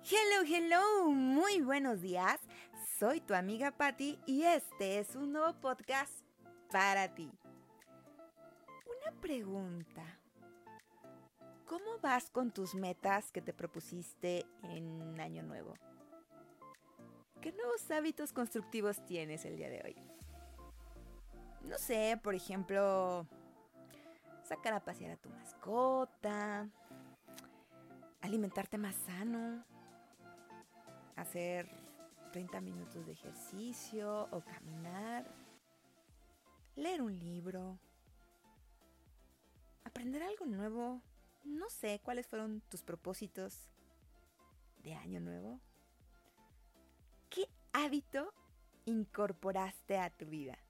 Hello, muy buenos días. Soy tu amiga Patti y este es un nuevo podcast para ti. Una pregunta. ¿Cómo vas con tus metas que te propusiste en Año Nuevo? ¿Qué nuevos hábitos constructivos tienes el día de hoy? No sé, por ejemplo, sacar a pasear a tu mascota, alimentarte más sano, hacer 30 minutos de ejercicio o caminar, leer un libro, aprender algo nuevo. No sé cuáles fueron tus propósitos de año nuevo. ¿Qué hábito incorporaste a tu vida?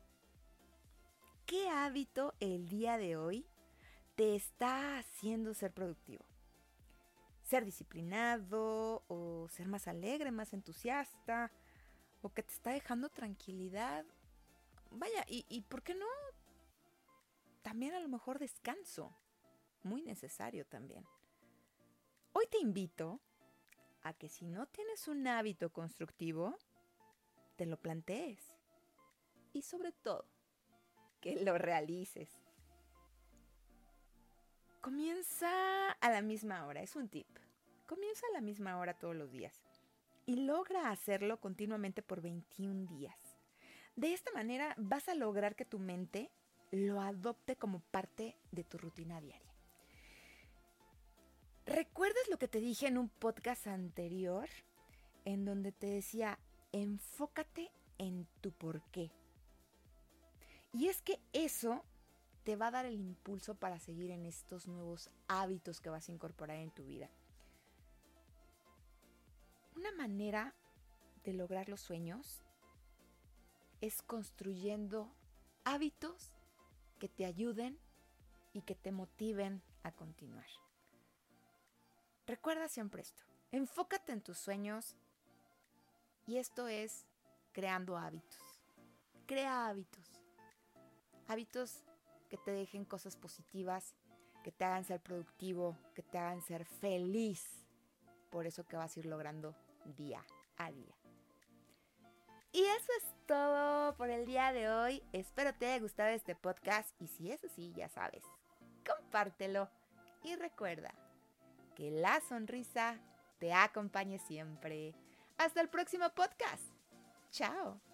¿Qué hábito el día de hoy te está haciendo ser productivo? Ser disciplinado o ser más alegre, más entusiasta o que te está dejando tranquilidad. Vaya, y ¿por qué no? También a lo mejor descanso. Muy necesario también. Hoy te invito a que si no tienes un hábito constructivo, te lo plantees. Y sobre todo, que lo realices. Comienza a la misma hora, es un tip. Comienza a la misma hora todos los días. Y logra hacerlo continuamente por 21 días. De esta manera vas a lograr que tu mente lo adopte como parte de tu rutina diaria. ¿Recuerdas lo que te dije en un podcast anterior? En donde te decía, enfócate en tu porqué. Y es que eso te va a dar el impulso para seguir en estos nuevos hábitos que vas a incorporar en tu vida. Una manera de lograr los sueños es construyendo hábitos que te ayuden y que te motiven a continuar. Recuerda siempre esto, enfócate en tus sueños y esto es creando hábitos. Crea hábitos. Hábitos que te dejen cosas positivas, que te hagan ser productivo, que te hagan ser feliz. Por eso que vas a ir logrando día a día. Y eso es todo por el día de hoy. Espero te haya gustado este podcast y si es así, ya sabes, compártelo. Y recuerda que la sonrisa te acompañe siempre. Hasta el próximo podcast. Chao.